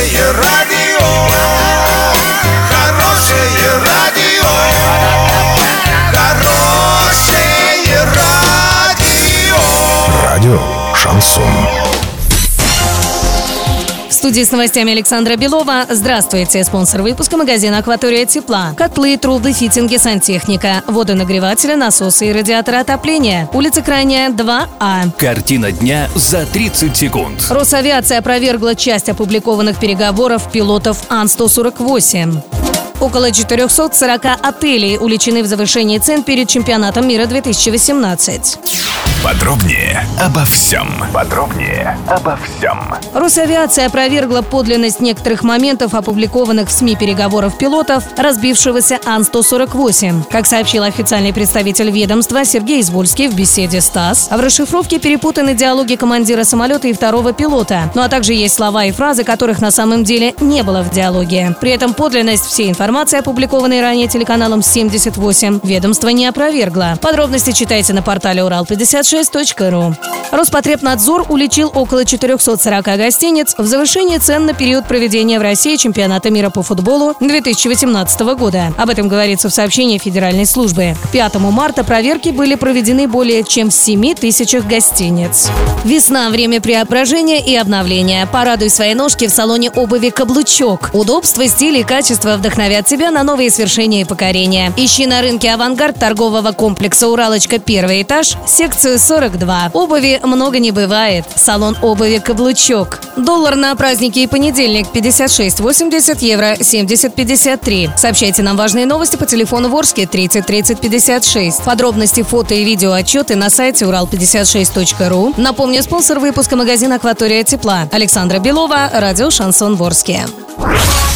Хорошее радио, хорошее радио, хорошее радио. Радио «Шансон». В студии с новостями Александра Белова. Здравствуйте. Спонсор выпуска — магазин «Акватория тепла». Котлы, трубы, фитинги, сантехника, водонагреватели, насосы и радиаторы отопления. Улица Крайняя, 2А. Картина дня за 30 секунд. Росавиация опровергла часть опубликованных переговоров пилотов Ан-148. Около 440 отелей уличены в завышении цен перед чемпионатом мира 2018. Подробнее обо всем. Росавиация опровергла подлинность некоторых моментов, опубликованных в СМИ переговоров пилотов разбившегося Ан-148. Как сообщил официальный представитель ведомства Сергей Извольский в беседе с ТАСС, в расшифровке перепутаны диалоги командира самолета и второго пилота. Ну а также есть слова и фразы, которых на самом деле не было в диалоге. При этом подлинность всей информации, опубликованной ранее телеканалом 78, ведомство не опровергло. Подробности читайте на портале урал56.ру. Роспотребнадзор уличил около 440 гостиниц в завышении цен на период проведения в России чемпионата мира по футболу 2018 года. Об этом говорится в сообщении Федеральной службы. К 5 марта проверки были проведены более чем в 7 тысячах гостиниц. Весна – время преображения и обновления. Порадуй свои ножки в салоне обуви «Каблучок». Удобство, стиль и качество вдохновят тебя на новые свершения и покорения. Ищи на рынке «Авангард» торгового комплекса «Уралочка», первый этаж, секцию 42. Обуви много не бывает. Салон обуви «Каблучок». Доллар на праздники и понедельник 56,80, евро 70,53. Сообщайте нам важные новости по телефону Ворске 30 30 56. Подробности, фото и видео отчеты на сайте урал56.ру. Напомню, спонсор выпуска — магазин «Акватория тепла». Александра Белова, радио «Шансон Ворске».